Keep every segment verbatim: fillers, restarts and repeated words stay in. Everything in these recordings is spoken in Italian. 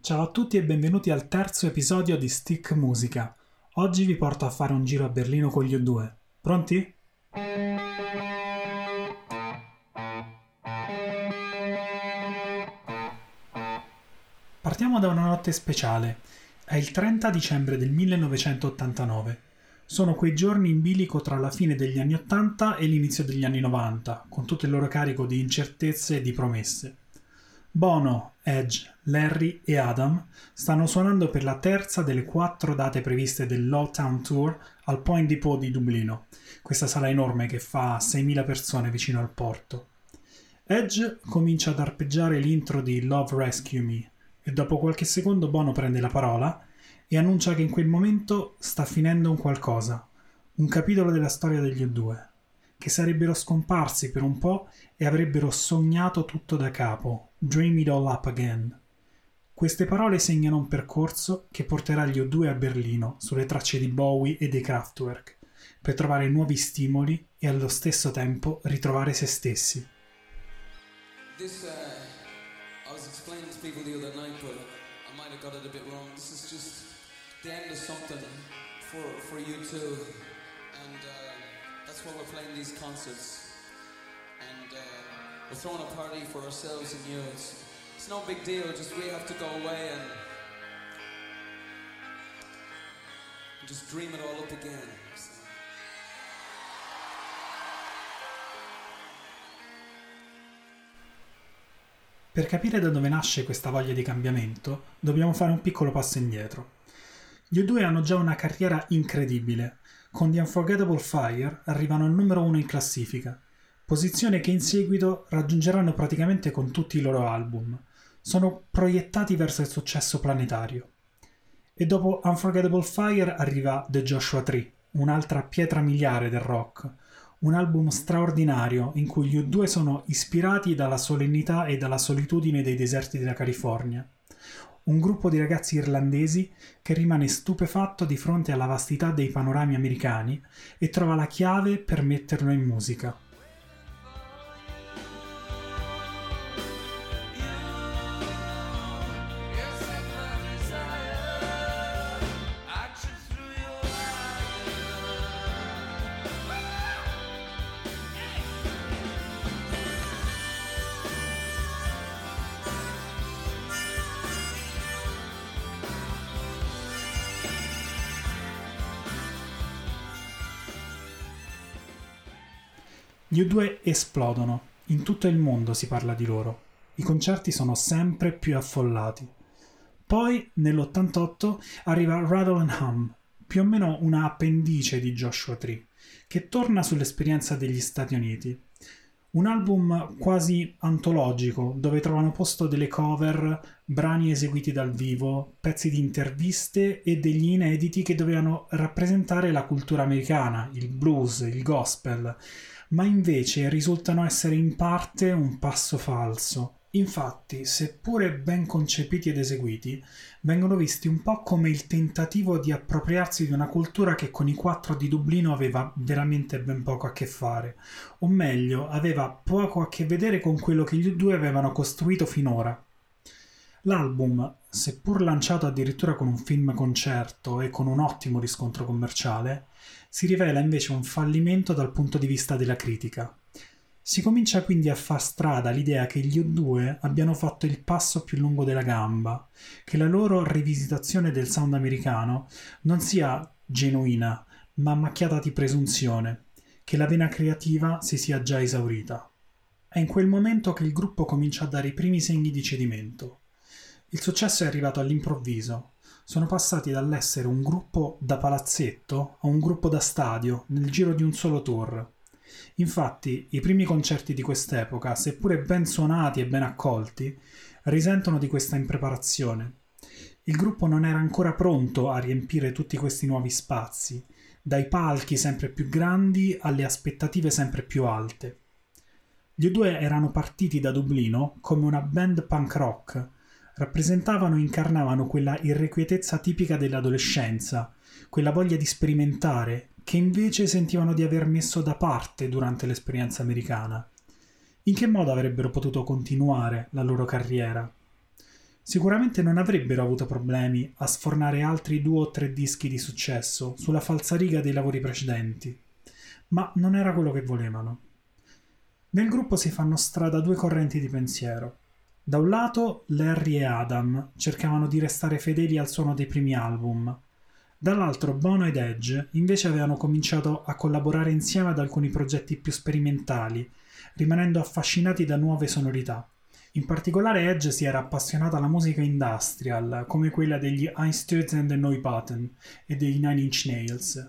Ciao a tutti e benvenuti al terzo episodio di Stick Musica. Oggi vi porto a fare un giro a Berlino con gli U due. Pronti? Partiamo da una notte speciale. È il trenta dicembre del millenovecentottantanove. Sono quei giorni in bilico tra la fine degli anni ottanta e l'inizio degli anni novanta, con tutto il loro carico di incertezze e di promesse. Bono, Edge, Larry e Adam stanno suonando per la terza delle quattro date previste del Lowtown Tour al Point Depot di Dublino, questa sala enorme che fa seimila persone vicino al porto. Edge comincia ad arpeggiare l'intro di Love Rescue Me e dopo qualche secondo Bono prende la parola e annuncia che in quel momento sta finendo un qualcosa, un capitolo della storia degli U due, che sarebbero scomparsi per un po' e avrebbero sognato tutto da capo. Dream it all up again. Queste parole segnano un percorso che porterà gli U due a Berlino sulle tracce di Bowie e dei Kraftwerk per trovare nuovi stimoli e allo stesso tempo ritrovare se stessi. This, uh, I was explaining to people the other night, but I might have got it a bit wrong. This is just the end of something for for you two, and uh, that's why we're playing these concerts. And uh, we're throwing a party for ourselves and you. It's, it's no big deal, just we have to go away and, and just dream it all up again. So. Per capire da dove nasce questa voglia di cambiamento, dobbiamo fare un piccolo passo indietro. Gli U due hanno già una carriera incredibile. Con The Unforgettable Fire arrivano al numero uno in classifica, posizione che in seguito raggiungeranno praticamente con tutti i loro album. Sono proiettati verso il successo planetario. E dopo Unforgettable Fire arriva The Joshua Tree, un'altra pietra miliare del rock, un album straordinario in cui gli U due sono ispirati dalla solennità e dalla solitudine dei deserti della California. Un gruppo di ragazzi irlandesi che rimane stupefatto di fronte alla vastità dei panorami americani e trova la chiave per metterlo in musica. Gli U due esplodono, in tutto il mondo si parla di loro, i concerti sono sempre più affollati. Poi, nell'ottantotto, arriva Rattle and Hum, più o meno una appendice di Joshua Tree, che torna sull'esperienza degli Stati Uniti. Un album quasi antologico, dove trovano posto delle cover, brani eseguiti dal vivo, pezzi di interviste e degli inediti che dovevano rappresentare la cultura americana, il blues, il gospel, ma invece risultano essere in parte un passo falso. Infatti, seppure ben concepiti ed eseguiti, vengono visti un po' come il tentativo di appropriarsi di una cultura che con i quattro di Dublino aveva veramente ben poco a che fare, o meglio, aveva poco a che vedere con quello che gli U due avevano costruito finora. L'album, seppur lanciato addirittura con un film concerto e con un ottimo riscontro commerciale, si rivela invece un fallimento dal punto di vista della critica. Si comincia quindi a far strada l'idea che gli U due abbiano fatto il passo più lungo della gamba, che la loro rivisitazione del sound americano non sia genuina, ma macchiata di presunzione, che la vena creativa si sia già esaurita. È in quel momento che il gruppo comincia a dare i primi segni di cedimento. Il successo è arrivato all'improvviso. Sono passati dall'essere un gruppo da palazzetto a un gruppo da stadio nel giro di un solo tour. Infatti, i primi concerti di quest'epoca, seppure ben suonati e ben accolti, risentono di questa impreparazione. Il gruppo non era ancora pronto a riempire tutti questi nuovi spazi, dai palchi sempre più grandi alle aspettative sempre più alte. Gli U due erano partiti da Dublino come una band punk rock, rappresentavano e incarnavano quella irrequietezza tipica dell'adolescenza, quella voglia di sperimentare, che invece sentivano di aver messo da parte durante l'esperienza americana. In che modo avrebbero potuto continuare la loro carriera? Sicuramente non avrebbero avuto problemi a sfornare altri due o tre dischi di successo sulla falsariga dei lavori precedenti, ma non era quello che volevano. Nel gruppo si fanno strada due correnti di pensiero. Da un lato Larry e Adam cercavano di restare fedeli al suono dei primi album. Dall'altro Bono ed Edge invece avevano cominciato a collaborare insieme ad alcuni progetti più sperimentali, rimanendo affascinati da nuove sonorità. In particolare Edge si era appassionato alla musica industrial, come quella degli Einstürzen and the Neubauten e dei Nine Inch Nails.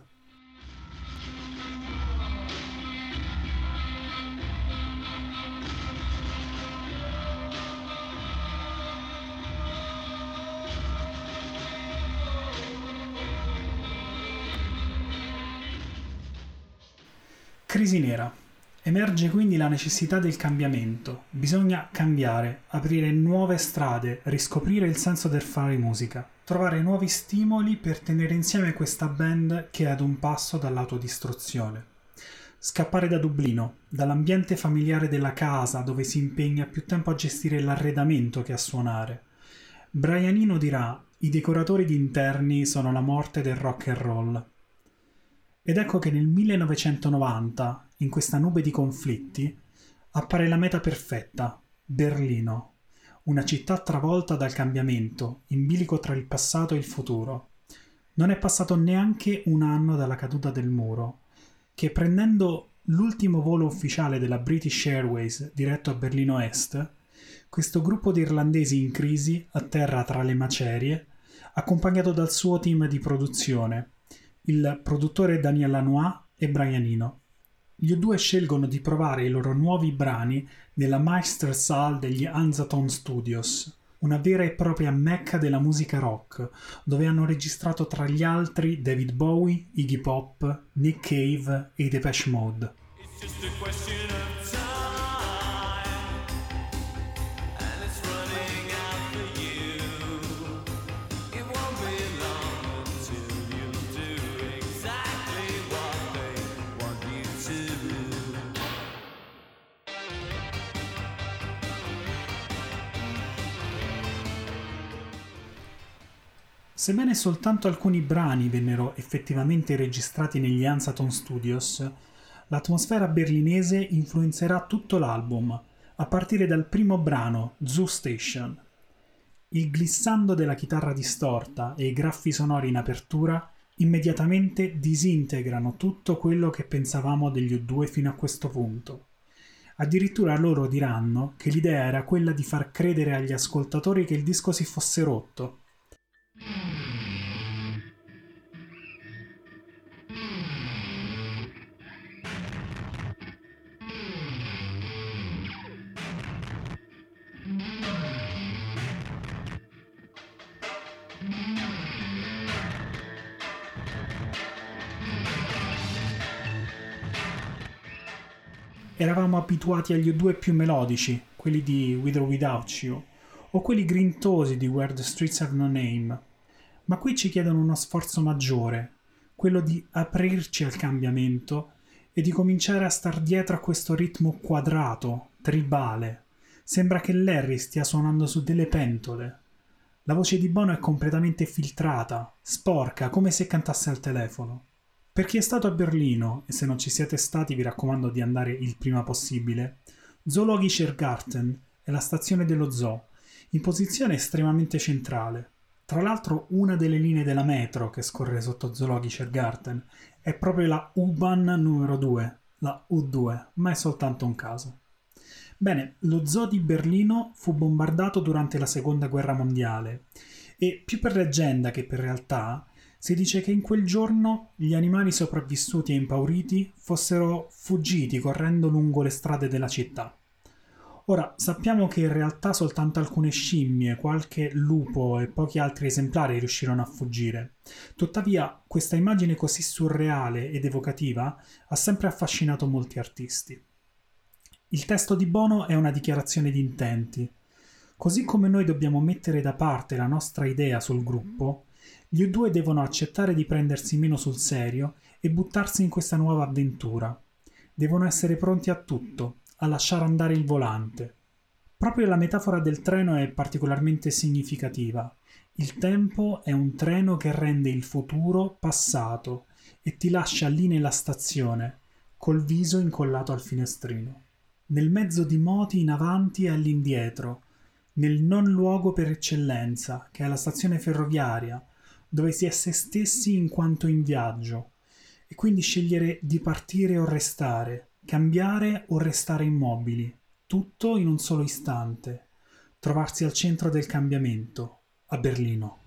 Crisi nera. Emerge quindi la necessità del cambiamento. Bisogna cambiare, aprire nuove strade, riscoprire il senso del fare musica, trovare nuovi stimoli per tenere insieme questa band che è ad un passo dall'autodistruzione. Scappare da Dublino, dall'ambiente familiare della casa dove si impegna più tempo a gestire l'arredamento che a suonare. Brian Eno dirà: i decoratori di interni sono la morte del rock and roll. Ed ecco che nel millenovecentonovanta, in questa nube di conflitti, appare la meta perfetta, Berlino, una città travolta dal cambiamento, in bilico tra il passato e il futuro. Non è passato neanche un anno dalla caduta del muro, che prendendo l'ultimo volo ufficiale della British Airways diretto a Berlino Est, questo gruppo di irlandesi in crisi atterra tra le macerie, accompagnato dal suo team di produzione, il produttore Daniel Lanois e Brian Eno. Gli U due scelgono di provare i loro nuovi brani nella Meistersaal degli Hansaton Studios, una vera e propria mecca della musica rock, dove hanno registrato tra gli altri David Bowie, Iggy Pop, Nick Cave e i Depeche Mode. It's just a question of time, and it's running out for you. It won't be long until you do exactly what they want you to do. Sebbene soltanto alcuni brani vennero effettivamente registrati negli Hansaton Studios, l'atmosfera berlinese influenzerà tutto l'album, a partire dal primo brano, Zoo Station. Il glissando della chitarra distorta e i graffi sonori in apertura immediatamente disintegrano tutto quello che pensavamo degli U due fino a questo punto. Addirittura loro diranno che l'idea era quella di far credere agli ascoltatori che il disco si fosse rotto. Eravamo abituati agli U due più melodici, quelli di With or Without You, o quelli grintosi di Where the Streets Have No Name, ma qui ci chiedono uno sforzo maggiore, quello di aprirci al cambiamento e di cominciare a star dietro a questo ritmo quadrato, tribale. Sembra che Larry stia suonando su delle pentole. La voce di Bono è completamente filtrata, sporca, come se cantasse al telefono. Per chi è stato a Berlino, e se non ci siete stati vi raccomando di andare il prima possibile, Zoologischer Garten è la stazione dello zoo, in posizione estremamente centrale. Tra l'altro una delle linee della metro che scorre sotto Zoologischer Garten è proprio la U-Bahn numero due, la U due, ma è soltanto un caso. Bene, lo zoo di Berlino fu bombardato durante la Seconda Guerra Mondiale e, più per leggenda che per realtà, si dice che in quel giorno gli animali sopravvissuti e impauriti fossero fuggiti correndo lungo le strade della città. Ora, sappiamo che in realtà soltanto alcune scimmie, qualche lupo e pochi altri esemplari riuscirono a fuggire. Tuttavia, questa immagine così surreale ed evocativa ha sempre affascinato molti artisti. Il testo di Bono è una dichiarazione di intenti. Così come noi dobbiamo mettere da parte la nostra idea sul gruppo, gli U due devono accettare di prendersi meno sul serio e buttarsi in questa nuova avventura. Devono essere pronti a tutto, a lasciare andare il volante. Proprio la metafora del treno è particolarmente significativa. Il tempo è un treno che rende il futuro passato e ti lascia lì nella stazione, col viso incollato al finestrino. Nel mezzo di moti in avanti e all'indietro, nel non luogo per eccellenza, che è la stazione ferroviaria, dove si è se stessi in quanto in viaggio, e quindi scegliere di partire o restare, cambiare o restare immobili, tutto in un solo istante, trovarsi al centro del cambiamento, a Berlino.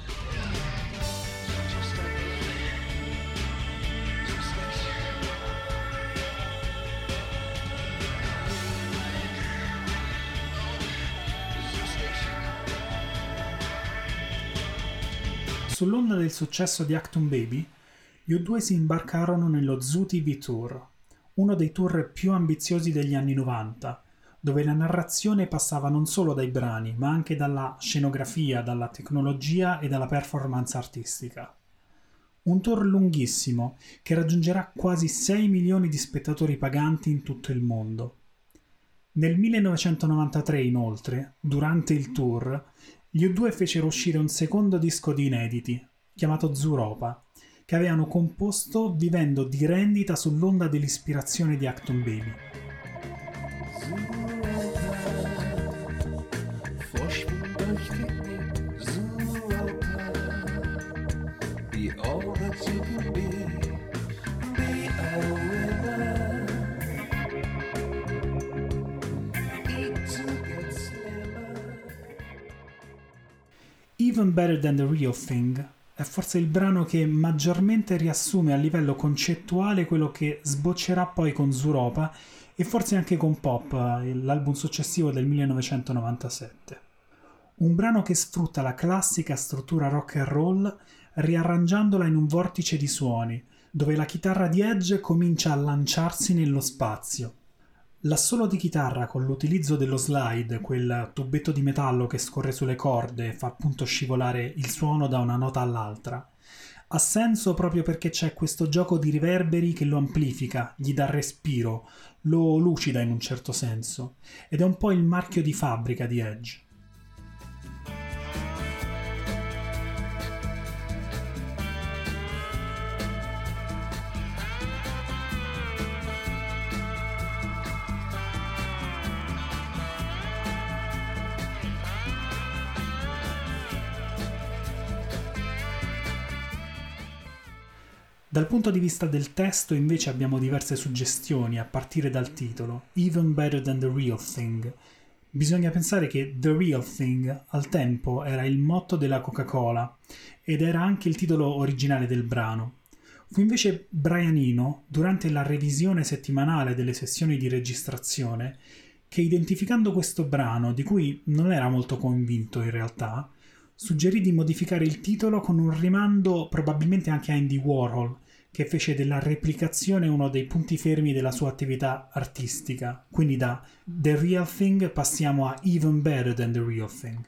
Sull'onda del successo di Achtung Baby, gli U due si imbarcarono nello Zoo T V Tour, uno dei tour più ambiziosi degli anni novanta, dove la narrazione passava non solo dai brani, ma anche dalla scenografia, dalla tecnologia e dalla performance artistica. Un tour lunghissimo che raggiungerà quasi sei milioni di spettatori paganti in tutto il mondo. Nel millenovecentonovantatré, inoltre, durante il tour, gli U due fecero uscire un secondo disco di inediti, chiamato Zooropa, che avevano composto vivendo di rendita sull'onda dell'ispirazione di Achtung Baby. Even Better Than the Real Thing è forse il brano che maggiormente riassume a livello concettuale quello che sboccerà poi con Zooropa e forse anche con Pop, l'album successivo del millenovecentonovantasette. Un brano che sfrutta la classica struttura rock and roll riarrangiandola in un vortice di suoni, dove la chitarra di Edge comincia a lanciarsi nello spazio. L'assolo di chitarra con l'utilizzo dello slide, quel tubetto di metallo che scorre sulle corde e fa appunto scivolare il suono da una nota all'altra, ha senso proprio perché c'è questo gioco di riverberi che lo amplifica, gli dà respiro, lo lucida in un certo senso, ed è un po' il marchio di fabbrica di Edge. Dal punto di vista del testo invece abbiamo diverse suggestioni a partire dal titolo, Even Better Than the Real Thing. Bisogna pensare che The Real Thing al tempo era il motto della Coca-Cola ed era anche il titolo originale del brano. Fu invece Brian Eno, durante la revisione settimanale delle sessioni di registrazione, che identificando questo brano, di cui non era molto convinto in realtà, suggerì di modificare il titolo con un rimando probabilmente anche a Andy Warhol, che fece della replicazione uno dei punti fermi della sua attività artistica. Quindi da The Real Thing passiamo a Even Better Than the Real Thing.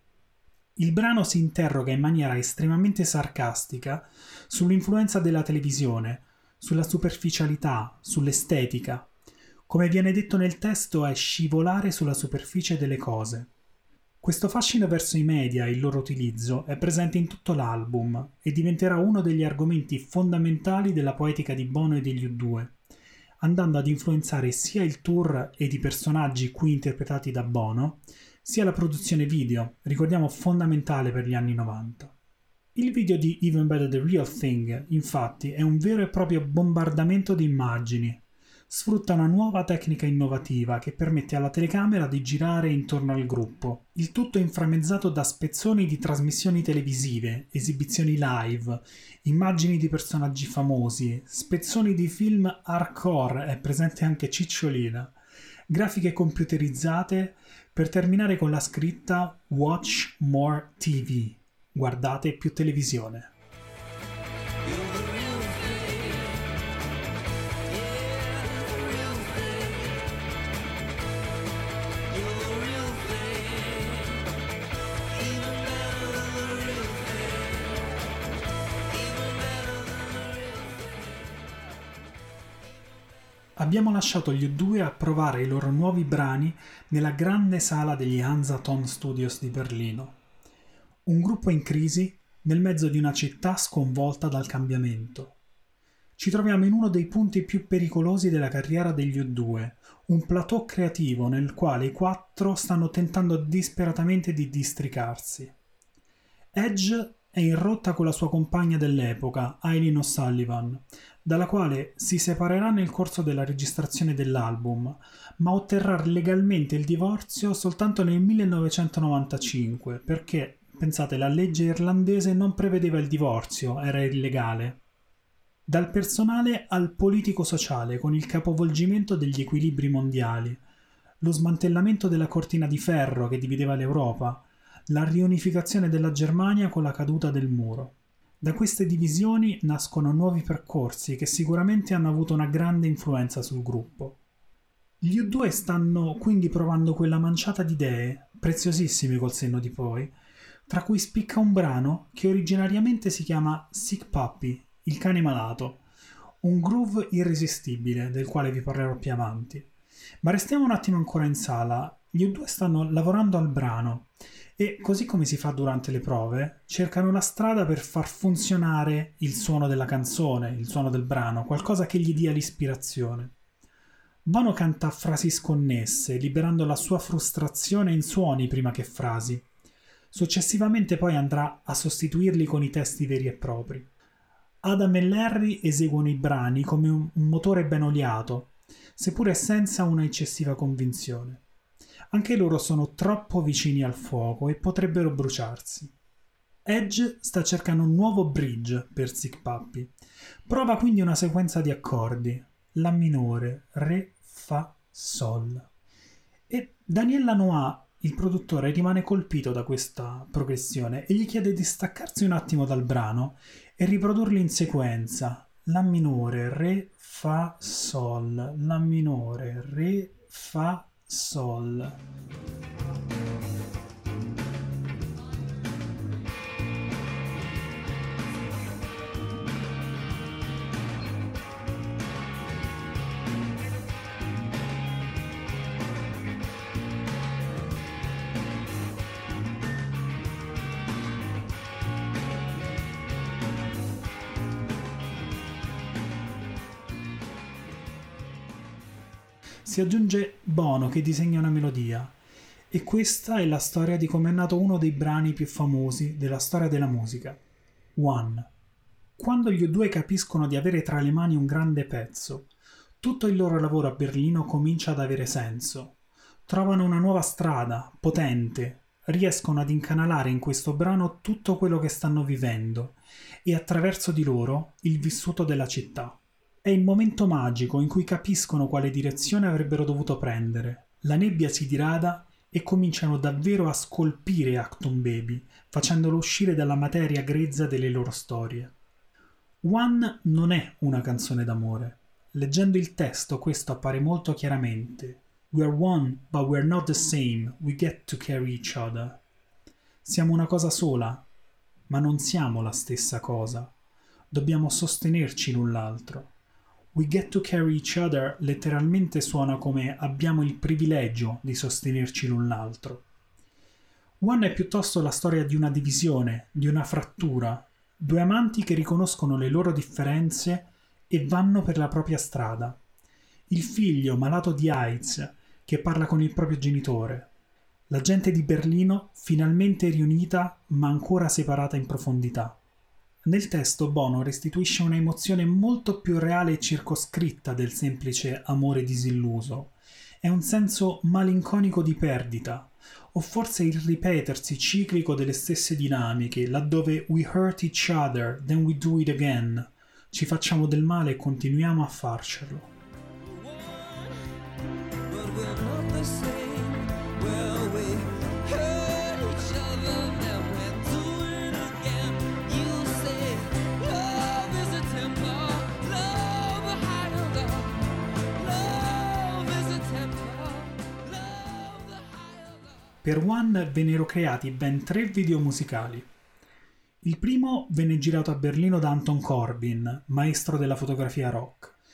Il brano si interroga in maniera estremamente sarcastica sull'influenza della televisione, sulla superficialità, sull'estetica. Come viene detto nel testo, è scivolare sulla superficie delle cose. Questo fascino verso i media e il loro utilizzo è presente in tutto l'album e diventerà uno degli argomenti fondamentali della poetica di Bono e degli U due, andando ad influenzare sia il tour ed i personaggi qui interpretati da Bono, sia la produzione video, ricordiamo fondamentale per gli anni novanta. Il video di Even Better the Real Thing, infatti, è un vero e proprio bombardamento di immagini. Sfrutta una nuova tecnica innovativa che permette alla telecamera di girare intorno al gruppo. Il tutto inframmezzato da spezzoni di trasmissioni televisive, esibizioni live, immagini di personaggi famosi, spezzoni di film hardcore, è presente anche Cicciolina, grafiche computerizzate, per terminare con la scritta Watch More T V, guardate più televisione. abbiamo lasciato gli U due a provare i loro nuovi brani nella grande sala degli Hansa-Ton Studios di Berlino. Un gruppo in crisi nel mezzo di una città sconvolta dal cambiamento. Ci troviamo in uno dei punti più pericolosi della carriera degli U due, un plateau creativo nel quale i quattro stanno tentando disperatamente di districarsi. Edge è in rotta con la sua compagna dell'epoca, Eileen O'Sullivan, dalla quale si separerà nel corso della registrazione dell'album, ma otterrà legalmente il divorzio soltanto nel millenovecentonovantacinque, perché, pensate, la legge irlandese non prevedeva il divorzio, era illegale. Dal personale al politico-sociale, con il capovolgimento degli equilibri mondiali, lo smantellamento della cortina di ferro che divideva l'Europa, la riunificazione della Germania con la caduta del muro. Da queste divisioni nascono nuovi percorsi che sicuramente hanno avuto una grande influenza sul gruppo. Gli U due stanno quindi provando quella manciata di idee, preziosissime col senno di poi, tra cui spicca un brano che originariamente si chiama Sick Puppy, il cane malato, un groove irresistibile del quale vi parlerò più avanti. Ma restiamo un attimo ancora in sala. Gli U due stanno lavorando al brano e, così come si fa durante le prove, cercano la strada per far funzionare il suono della canzone, il suono del brano, qualcosa che gli dia l'ispirazione. Bono canta frasi sconnesse, liberando la sua frustrazione in suoni prima che frasi. Successivamente poi andrà a sostituirli con i testi veri e propri. Adam e Larry eseguono i brani come un motore ben oliato, seppure senza una eccessiva convinzione. Anche loro sono troppo vicini al fuoco e potrebbero bruciarsi. Edge sta cercando un nuovo bridge per Sick Puppy. Prova quindi una sequenza di accordi: La minore, Re, Fa, Sol. E Daniel Lanois, il produttore, rimane colpito da questa progressione e gli chiede di staccarsi un attimo dal brano e riprodurli in sequenza: La minore, Re, Fa, Sol, La minore, Re, Fa, Sol. Si aggiunge Bono che disegna una melodia, e questa è la storia di come è nato uno dei brani più famosi della storia della musica, One. Quando gli U due capiscono di avere tra le mani un grande pezzo, tutto il loro lavoro a Berlino comincia ad avere senso. Trovano una nuova strada, potente, riescono ad incanalare in questo brano tutto quello che stanno vivendo e attraverso di loro il vissuto della città. È il momento magico in cui capiscono quale direzione avrebbero dovuto prendere. La nebbia si dirada e cominciano davvero a scolpire Achtung Baby, facendolo uscire dalla materia grezza delle loro storie. One non è una canzone d'amore. Leggendo il testo questo appare molto chiaramente. We're one, but we're not the same. We get to carry each other. Siamo una cosa sola, ma non siamo la stessa cosa. Dobbiamo sostenerci l'un l'altro. We get to carry each other letteralmente suona come abbiamo il privilegio di sostenerci l'un l'altro. One è piuttosto la storia di una divisione, di una frattura, due amanti che riconoscono le loro differenze e vanno per la propria strada. Il figlio malato di AIDS che parla con il proprio genitore. La gente di Berlino finalmente riunita ma ancora separata in profondità. Nel testo Bono restituisce una emozione molto più reale e circoscritta del semplice amore disilluso. È un senso malinconico di perdita, o forse il ripetersi ciclico delle stesse dinamiche, laddove we hurt each other, then we do it again. Ci facciamo del male e continuiamo a farcelo. Per One vennero creati ben tre video musicali. Il primo venne girato a Berlino da Anton Corbijn, maestro della fotografia rock.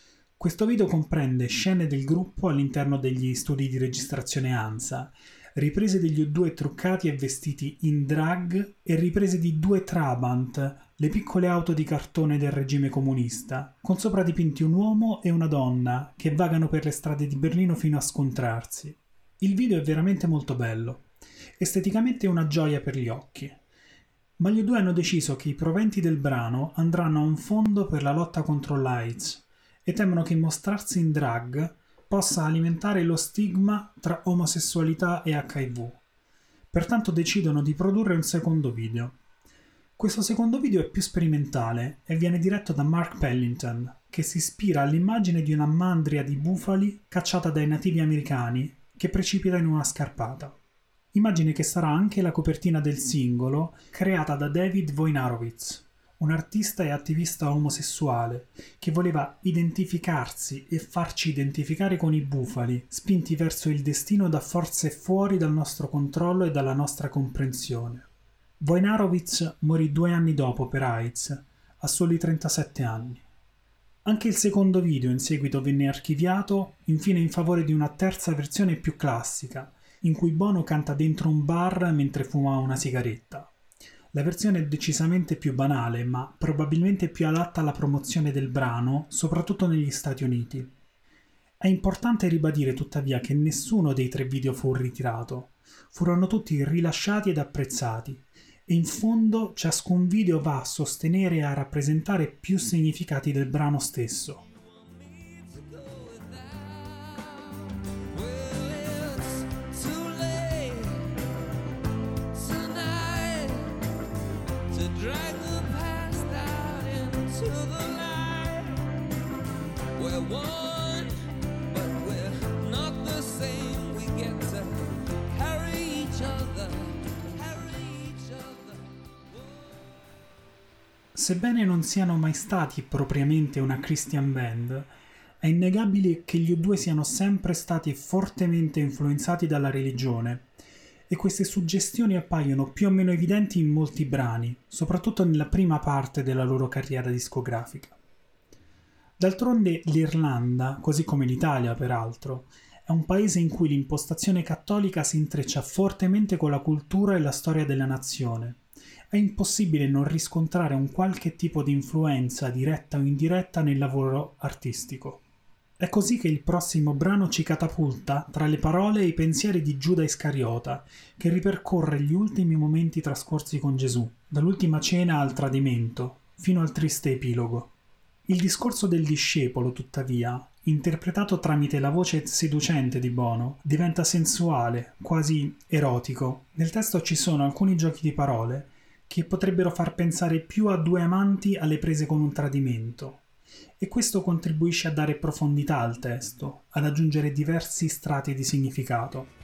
Questo video comprende scene del gruppo all'interno degli studi di registrazione ANSA, riprese degli U due truccati e vestiti in drag e riprese di due Trabant, le piccole auto di cartone del regime comunista, con sopra dipinti un uomo e una donna che vagano per le strade di Berlino fino a scontrarsi. Il video è veramente molto bello, esteticamente è una gioia per gli occhi. Ma gli U due hanno deciso che i proventi del brano andranno a un fondo per la lotta contro l'AIDS e temono che mostrarsi in drag possa alimentare lo stigma tra omosessualità e acca i vu. Pertanto decidono di produrre un secondo video. Questo secondo video è più sperimentale e viene diretto da Mark Pellington, che si ispira all'immagine di una mandria di bufali cacciata dai nativi americani che precipita in una scarpata. Immagine che sarà anche la copertina del singolo creata da David Wojnarowicz, un artista e attivista omosessuale che voleva identificarsi e farci identificare con i bufali, spinti verso il destino da forze fuori dal nostro controllo e dalla nostra comprensione. Wojnarowicz morì due anni dopo per AIDS, a soli trentasette anni. Anche il secondo video in seguito venne archiviato, infine in favore di una terza versione più classica, in cui Bono canta dentro un bar mentre fuma una sigaretta. La versione è decisamente più banale, ma probabilmente più adatta alla promozione del brano, soprattutto negli Stati Uniti. È importante ribadire tuttavia che nessuno dei tre video fu ritirato. Furono tutti rilasciati ed apprezzati, e in fondo ciascun video va a sostenere e a rappresentare più significati del brano stesso. Sebbene non siano mai stati propriamente una Christian band, è innegabile che gli U due siano sempre stati fortemente influenzati dalla religione, e queste suggestioni appaiono più o meno evidenti in molti brani, soprattutto nella prima parte della loro carriera discografica. D'altronde l'Irlanda, così come l'Italia peraltro, è un paese in cui l'impostazione cattolica si intreccia fortemente con la cultura e la storia della nazione. È impossibile non riscontrare un qualche tipo di influenza, diretta o indiretta, nel lavoro artistico. È così che il prossimo brano ci catapulta tra le parole e i pensieri di Giuda Iscariota, che ripercorre gli ultimi momenti trascorsi con Gesù, dall'ultima cena al tradimento, fino al triste epilogo. Il discorso del discepolo, tuttavia, interpretato tramite la voce seducente di Bono, diventa sensuale, quasi erotico. Nel testo ci sono alcuni giochi di parole che potrebbero far pensare più a due amanti alle prese con un tradimento, e questo contribuisce a dare profondità al testo, ad aggiungere diversi strati di significato.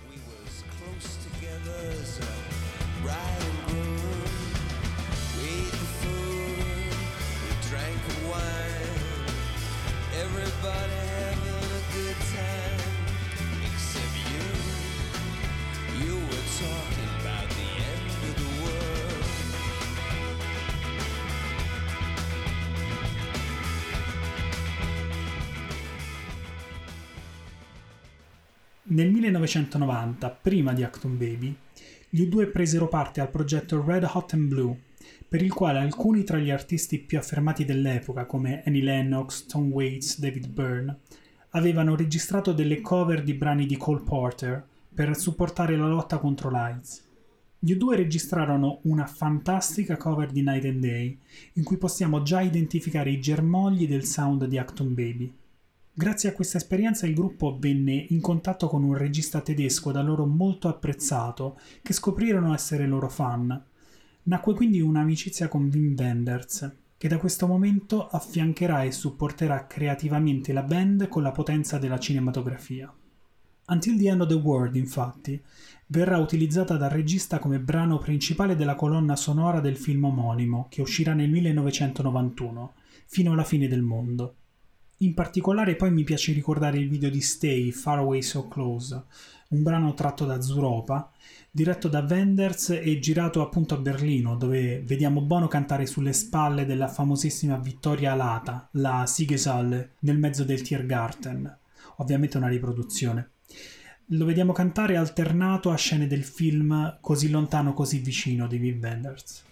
Nel millenovecentonovanta, prima di Achtung Baby, gli U due presero parte al progetto Red Hot and Blue, per il quale alcuni tra gli artisti più affermati dell'epoca, come Annie Lennox, Tom Waits, David Byrne, avevano registrato delle cover di brani di Cole Porter per supportare la lotta contro l'AIDS. Gli U due registrarono una fantastica cover di Night and Day, in cui possiamo già identificare i germogli del sound di Achtung Baby. Grazie a questa esperienza il gruppo venne in contatto con un regista tedesco da loro molto apprezzato, che scoprirono essere loro fan. Nacque quindi un'amicizia con Wim Wenders, che da questo momento affiancherà e supporterà creativamente la band con la potenza della cinematografia. Until the End of the World, infatti, verrà utilizzata dal regista come brano principale della colonna sonora del film omonimo, che uscirà nel millenovecentonovantuno, fino alla fine del mondo. In particolare poi mi piace ricordare il video di Stay, Far Away So Close, un brano tratto da Zooropa, diretto da Wenders e girato appunto a Berlino, dove vediamo Bono cantare sulle spalle della famosissima Vittoria Alata, la Siegessäule, nel mezzo del Tiergarten, ovviamente una riproduzione. Lo vediamo cantare alternato a scene del film Così lontano, così vicino di Wim Wenders.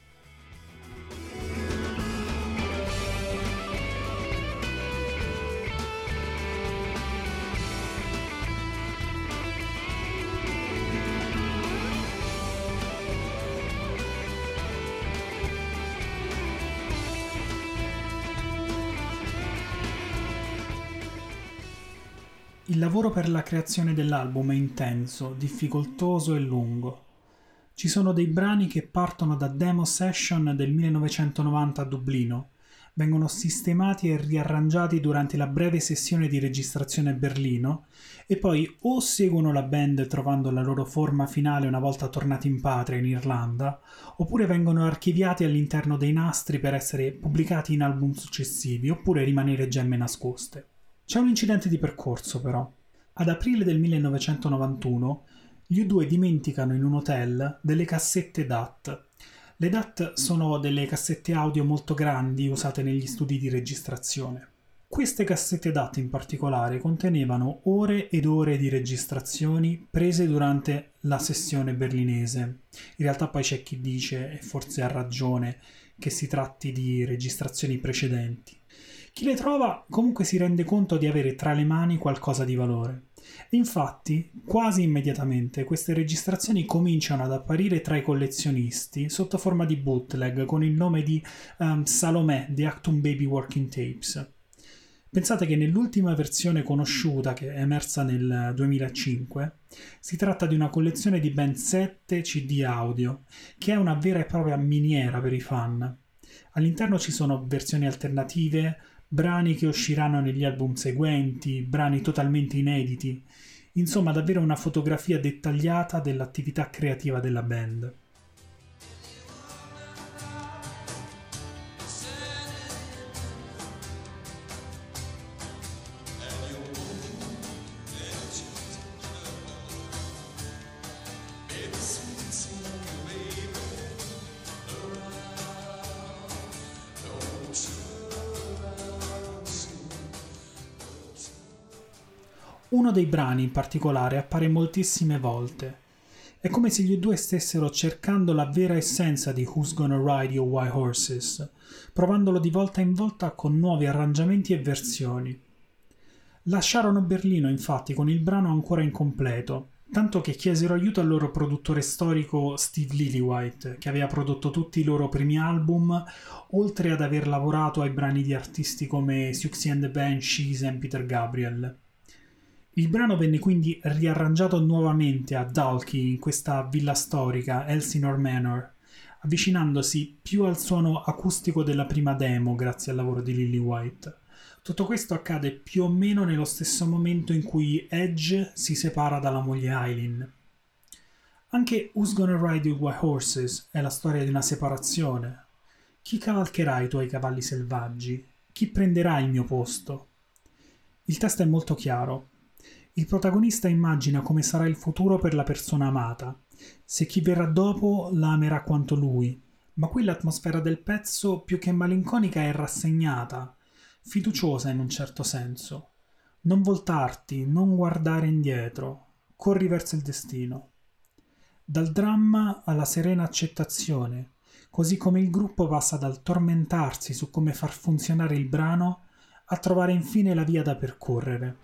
Il lavoro per la creazione dell'album è intenso, difficoltoso e lungo. Ci sono dei brani che partono da demo session del millenovecentonovanta a Dublino, vengono sistemati e riarrangiati durante la breve sessione di registrazione a Berlino e poi o seguono la band trovando la loro forma finale una volta tornati in patria in Irlanda, oppure vengono archiviati all'interno dei nastri per essere pubblicati in album successivi, oppure rimanere gemme nascoste. C'è un incidente di percorso però. Ad aprile del millenovecentonovantuno gli U due dimenticano in un hotel delle cassette D A T. Le D A T sono delle cassette audio molto grandi usate negli studi di registrazione. Queste cassette D A T in particolare contenevano ore ed ore di registrazioni prese durante la sessione berlinese. In realtà poi c'è chi dice, e forse ha ragione, che si tratti di registrazioni precedenti. Chi le trova comunque si rende conto di avere tra le mani qualcosa di valore. E infatti, quasi immediatamente, queste registrazioni cominciano ad apparire tra i collezionisti sotto forma di bootleg con il nome di um, Salomè, The Achtung Baby Working Tapes. Pensate che nell'ultima versione conosciuta, che è emersa nel duemilacinque, si tratta di una collezione di ben sette C D audio, che è una vera e propria miniera per i fan. All'interno ci sono versioni alternative, brani che usciranno negli album seguenti, brani totalmente inediti, insomma davvero una fotografia dettagliata dell'attività creativa della band. Uno dei brani in particolare appare moltissime volte. È come se gli U due stessero cercando la vera essenza di Who's Gonna Ride Your White Horses, provandolo di volta in volta con nuovi arrangiamenti e versioni. Lasciarono Berlino infatti con il brano ancora incompleto, tanto che chiesero aiuto al loro produttore storico Steve Lillywhite, che aveva prodotto tutti i loro primi album, oltre ad aver lavorato ai brani di artisti come Siouxsie and the Banshees e Peter Gabriel. Il brano venne quindi riarrangiato nuovamente a Dalkey, in questa villa storica, Elsinore Manor, avvicinandosi più al suono acustico della prima demo grazie al lavoro di Lillywhite. Tutto questo accade più o meno nello stesso momento in cui Edge si separa dalla moglie Eileen. Anche Who's Gonna Ride Your White Horses è la storia di una separazione. Chi cavalcherà i tuoi cavalli selvaggi? Chi prenderà il mio posto? Il testo è molto chiaro. Il protagonista immagina come sarà il futuro per la persona amata, se chi verrà dopo la amerà quanto lui, ma qui l'atmosfera del pezzo più che malinconica è rassegnata, fiduciosa in un certo senso. Non voltarti, non guardare indietro, corri verso il destino. Dal dramma alla serena accettazione, così come il gruppo passa dal tormentarsi su come far funzionare il brano a trovare infine la via da percorrere.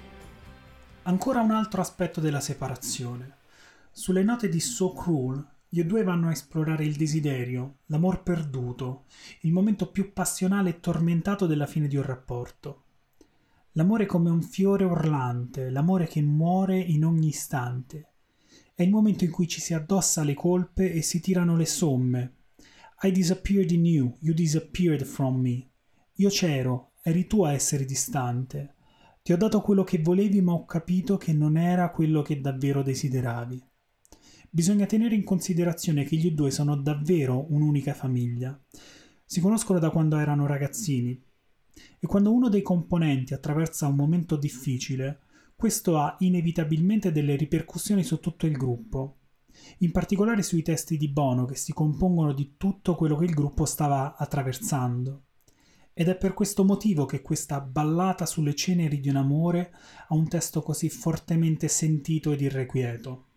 Ancora un altro aspetto della separazione. Sulle note di So Cruel, Gli due vanno a esplorare il desiderio, l'amor perduto, il momento più passionale e tormentato della fine di un rapporto. L'amore come un fiore urlante, l'amore che muore in ogni istante. È il momento in cui ci si addossa le colpe e si tirano le somme. I disappeared in you, you disappeared from me. Io c'ero, eri tu a essere distante. Ti ho dato quello che volevi, ma ho capito che non era quello che davvero desideravi. Bisogna tenere in considerazione che gli due sono davvero un'unica famiglia. Si conoscono da quando erano ragazzini. E quando uno dei componenti attraversa un momento difficile, questo ha inevitabilmente delle ripercussioni su tutto il gruppo, in particolare sui testi di Bono che si compongono di tutto quello che il gruppo stava attraversando. Ed è per questo motivo che questa ballata sulle ceneri di un amore ha un testo così fortemente sentito ed irrequieto.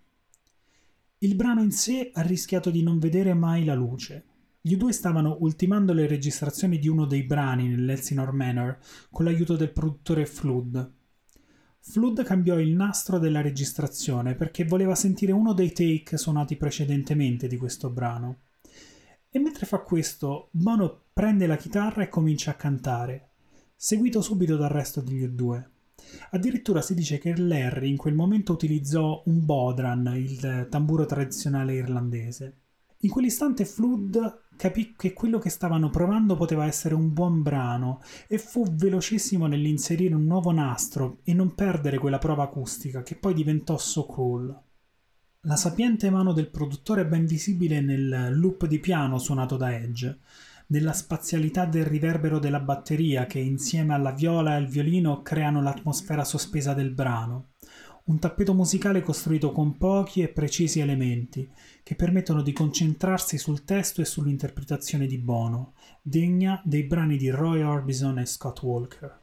Il brano in sé ha rischiato di non vedere mai la luce. Gli due stavano ultimando le registrazioni di uno dei brani nell'Elsinore Manor con l'aiuto del produttore Flood. Flood cambiò il nastro della registrazione perché voleva sentire uno dei take suonati precedentemente di questo brano. E mentre fa questo, Bono prende la chitarra e comincia a cantare, seguito subito dal resto degli U due. Addirittura si dice che Larry in quel momento utilizzò un bodhran, il tamburo tradizionale irlandese. In quell'istante Flood capì che quello che stavano provando poteva essere un buon brano e fu velocissimo nell'inserire un nuovo nastro e non perdere quella prova acustica che poi diventò so cool. La sapiente mano del produttore è ben visibile nel loop di piano suonato da Edge, nella spazialità del riverbero della batteria che insieme alla viola e al violino creano l'atmosfera sospesa del brano. Un tappeto musicale costruito con pochi e precisi elementi, che permettono di concentrarsi sul testo e sull'interpretazione di Bono, degna dei brani di Roy Orbison e Scott Walker.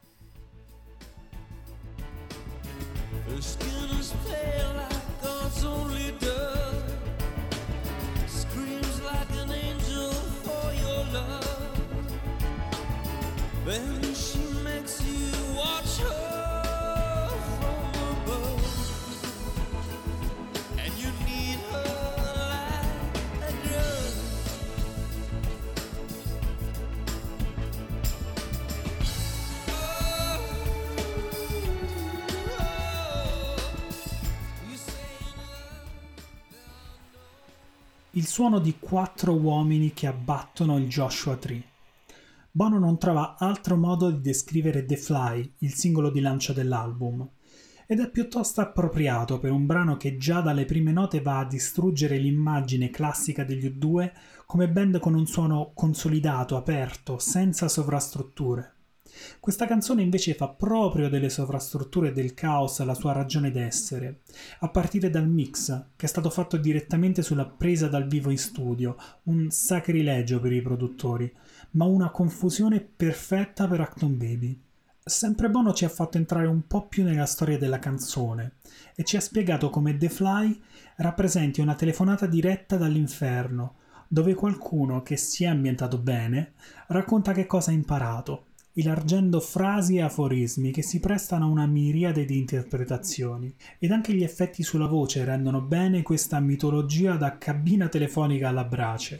Il suono di quattro uomini che abbattono il Joshua Tree. Bono non trova altro modo di descrivere The Fly, il singolo di lancio dell'album, ed è piuttosto appropriato per un brano che già dalle prime note va a distruggere l'immagine classica degli U due come band con un suono consolidato, aperto, senza sovrastrutture. Questa canzone invece fa proprio delle sovrastrutture del caos la sua ragione d'essere, a partire dal mix, che è stato fatto direttamente sulla presa dal vivo in studio, un sacrilegio per i produttori, ma una confusione perfetta per Achtung Baby. Sempre Bono ci ha fatto entrare un po' più nella storia della canzone e ci ha spiegato come The Fly rappresenti una telefonata diretta dall'inferno, dove qualcuno che si è ambientato bene racconta che cosa ha imparato, elargendo frasi e aforismi che si prestano a una miriade di interpretazioni, ed anche gli effetti sulla voce rendono bene questa mitologia da cabina telefonica alla brace.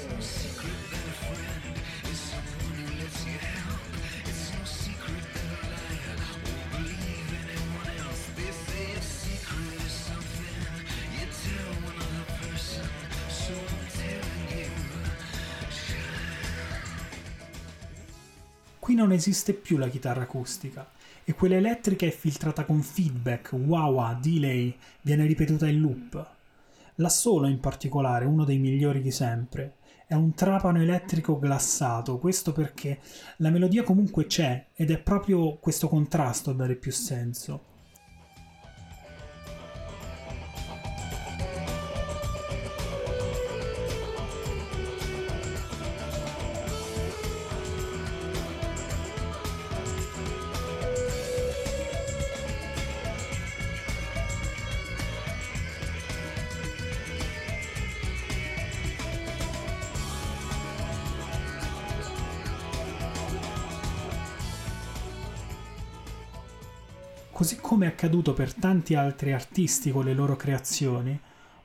Qui non esiste più la chitarra acustica e quella elettrica è filtrata con feedback, wah-wah, delay, viene ripetuta in loop. L'assolo in particolare, uno dei migliori di sempre, è un trapano elettrico glassato, questo perché la melodia comunque c'è ed è proprio questo contrasto a dare più senso. Così come è accaduto per tanti altri artisti con le loro creazioni,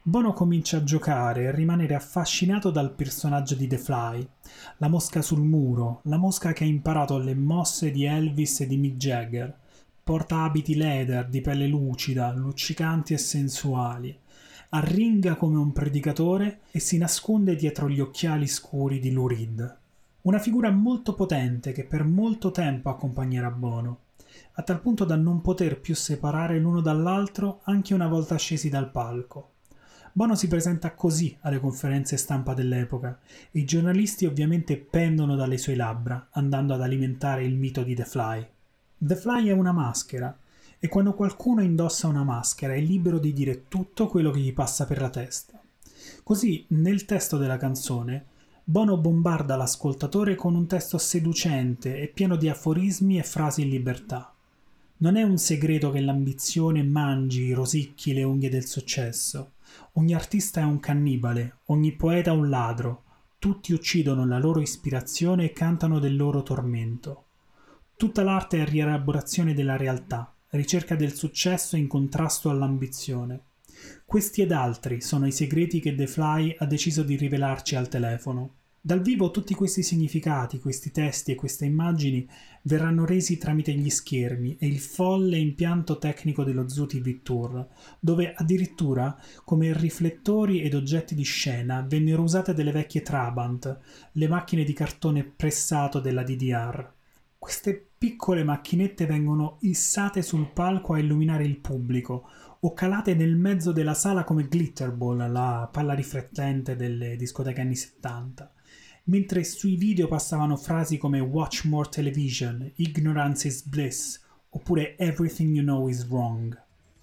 Bono comincia a giocare e a rimanere affascinato dal personaggio di The Fly, la mosca sul muro, la mosca che ha imparato le mosse di Elvis e di Mick Jagger, porta abiti leather di pelle lucida, luccicanti e sensuali, arringa come un predicatore e si nasconde dietro gli occhiali scuri di Lou Reed. Una figura molto potente che per molto tempo accompagnerà Bono, a tal punto da non poter più separare l'uno dall'altro anche una volta scesi dal palco. Bono si presenta così alle conferenze stampa dell'epoca e i giornalisti ovviamente pendono dalle sue labbra, andando ad alimentare il mito di The Fly. The Fly è una maschera, e quando qualcuno indossa una maschera è libero di dire tutto quello che gli passa per la testa. Così, nel testo della canzone, Bono bombarda l'ascoltatore con un testo seducente e pieno di aforismi e frasi in libertà. Non è un segreto che l'ambizione mangi, rosicchi le unghie del successo. Ogni artista è un cannibale, ogni poeta un ladro. Tutti uccidono la loro ispirazione e cantano del loro tormento. Tutta l'arte è rielaborazione della realtà, ricerca del successo in contrasto all'ambizione. Questi ed altri sono i segreti che The Fly ha deciso di rivelarci al telefono. Dal vivo tutti questi significati, questi testi e queste immagini verranno resi tramite gli schermi e il folle impianto tecnico dello Zoo T V Tour, dove addirittura come riflettori ed oggetti di scena vennero usate delle vecchie Trabant, le macchine di cartone pressato della D D R. Queste piccole macchinette vengono issate sul palco a illuminare il pubblico, o calate nel mezzo della sala come glitterball, la palla riflettente delle discoteche anni settanta, mentre sui video passavano frasi come "Watch more television", "Ignorance is bliss", oppure "Everything you know is wrong".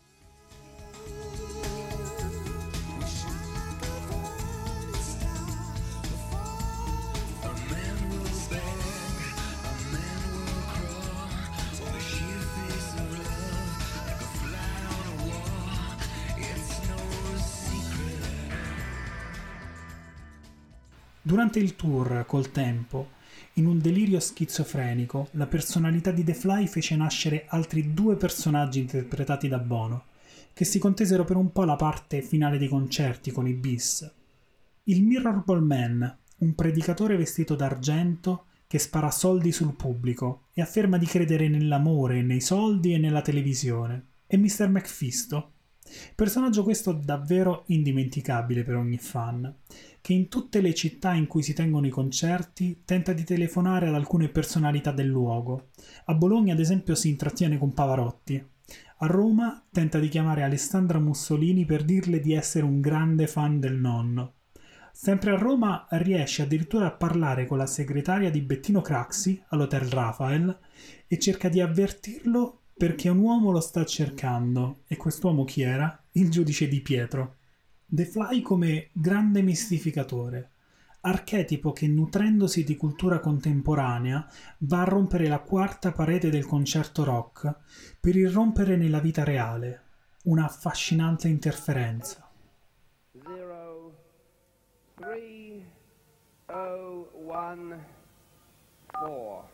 Durante il tour, col tempo, in un delirio schizofrenico, la personalità di The Fly fece nascere altri due personaggi interpretati da Bono, che si contesero per un po' la parte finale dei concerti con i Bis. Il Mirror Ball Man, un predicatore vestito d'argento che spara soldi sul pubblico e afferma di credere nell'amore, nei soldi e nella televisione, e mister McFisto, personaggio questo davvero indimenticabile per ogni fan, che in tutte le città in cui si tengono i concerti tenta di telefonare ad alcune personalità del luogo. A Bologna, ad esempio, si intrattiene con Pavarotti. A Roma tenta di chiamare Alessandra Mussolini per dirle di essere un grande fan del nonno. Sempre a Roma riesce addirittura a parlare con la segretaria di Bettino Craxi all'Hotel Rafael e cerca di avvertirlo perché un uomo lo sta cercando. E quest'uomo chi era? Il giudice Di Pietro. The Fly come grande mistificatore, archetipo che nutrendosi di cultura contemporanea va a rompere la quarta parete del concerto rock per irrompere nella vita reale, una affascinante interferenza. zero three zero one four.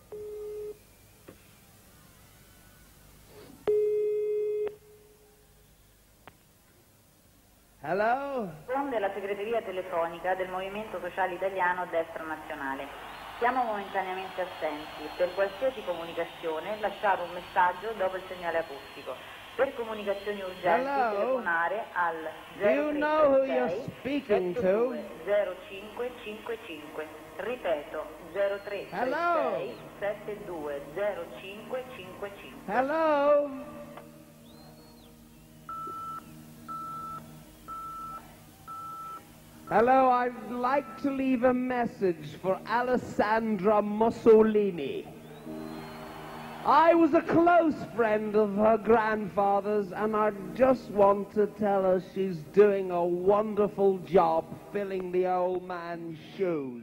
Hello? Risponde la segreteria telefonica del Movimento Sociale Italiano Destra Nazionale. Siamo momentaneamente assenti. Per qualsiasi comunicazione lasciate un messaggio dopo il segnale acustico. Per comunicazioni urgenti Hello? telefonare al Do you know who you're zero tre speaking sei to? zero cinque cinque cinque. Ripeto, zero tre Hello? sei sette due zero cinque cinque cinque. Hello? Hello, I'd like to leave a message for Alessandra Mussolini. I was a close friend of her grandfather's, and I just want to tell her she's doing a wonderful job filling the old man's shoes.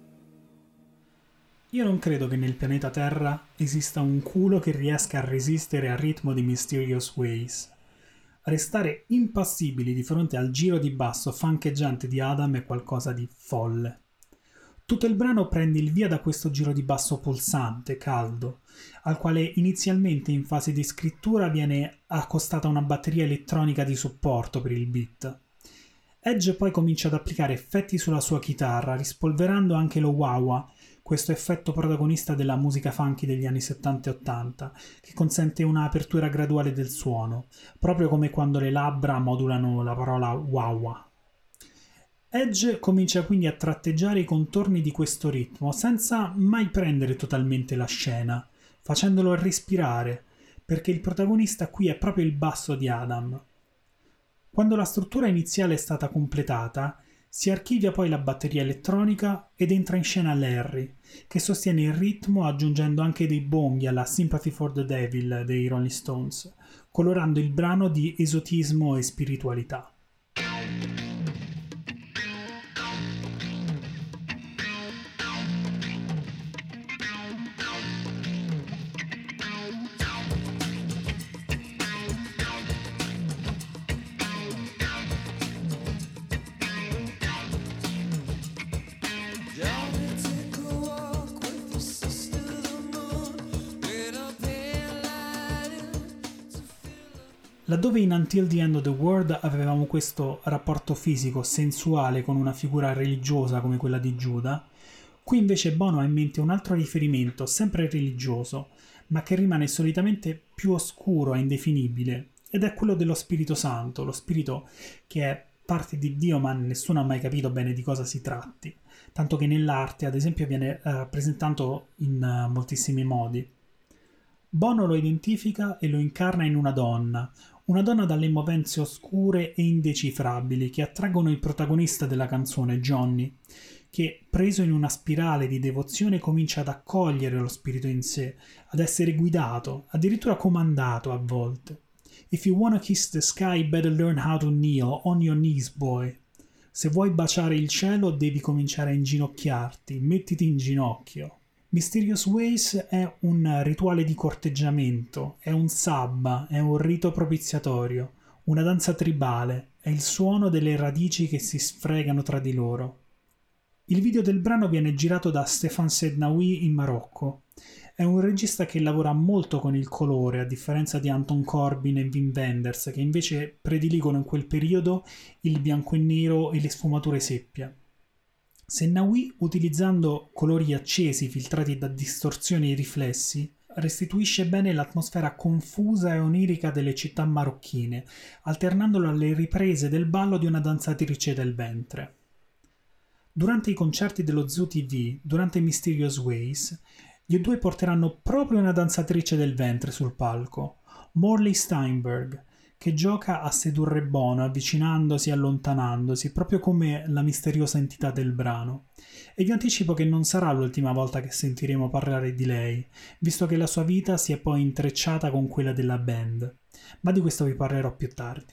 Io non credo che nel pianeta Terra esista un culo che riesca a resistere al ritmo di Mysterious Ways. Restare impassibili di fronte al giro di basso fancheggiante di Adam è qualcosa di folle. Tutto il brano prende il via da questo giro di basso pulsante, caldo, al quale inizialmente in fase di scrittura viene accostata una batteria elettronica di supporto per il beat. Edge poi comincia ad applicare effetti sulla sua chitarra, rispolverando anche lo wah-wah, questo effetto protagonista della musica funky degli anni settanta e ottanta, che consente un'apertura graduale del suono, proprio come quando le labbra modulano la parola wah-wah. Edge comincia quindi a tratteggiare i contorni di questo ritmo, senza mai prendere totalmente la scena, facendolo respirare, perché il protagonista qui è proprio il basso di Adam. Quando la struttura iniziale è stata completata, si archivia poi la batteria elettronica ed entra in scena Larry, che sostiene il ritmo aggiungendo anche dei bonghi alla Sympathy for the Devil dei Rolling Stones, colorando il brano di esotismo e spiritualità. Laddove in Until the End of the World avevamo questo rapporto fisico, sensuale con una figura religiosa come quella di Giuda, qui invece Bono ha in mente un altro riferimento, sempre religioso, ma che rimane solitamente più oscuro e indefinibile, ed è quello dello Spirito Santo, lo Spirito che è parte di Dio ma nessuno ha mai capito bene di cosa si tratti, tanto che nell'arte ad esempio viene rappresentato in uh, moltissimi modi. Bono lo identifica e lo incarna in una donna, una donna dalle movenze oscure e indecifrabili che attraggono il protagonista della canzone, Johnny, che, preso in una spirale di devozione, comincia ad accogliere lo spirito in sé, ad essere guidato, addirittura comandato a volte. If you wanna kiss the sky, better learn how to kneel on your knees, boy. Se vuoi baciare il cielo, devi cominciare a inginocchiarti, mettiti in ginocchio. Mysterious Ways è un rituale di corteggiamento, è un sabba, è un rito propiziatorio, una danza tribale, è il suono delle radici che si sfregano tra di loro. Il video del brano viene girato da Stéphane Sednaoui in Marocco. È un regista che lavora molto con il colore, a differenza di Anton Corbijn e Wim Wenders, che invece prediligono in quel periodo il bianco e nero e le sfumature seppia. Sednaoui, utilizzando colori accesi filtrati da distorsioni e riflessi, restituisce bene l'atmosfera confusa e onirica delle città marocchine, alternandolo alle riprese del ballo di una danzatrice del ventre. Durante i concerti dello Zoo T V, durante Mysterious Ways, gli due porteranno proprio una danzatrice del ventre sul palco, Morley Steinberg, che gioca a sedurre Bono avvicinandosi e allontanandosi, proprio come la misteriosa entità del brano. E vi anticipo che non sarà l'ultima volta che sentiremo parlare di lei, visto che la sua vita si è poi intrecciata con quella della band, ma di questo vi parlerò più tardi.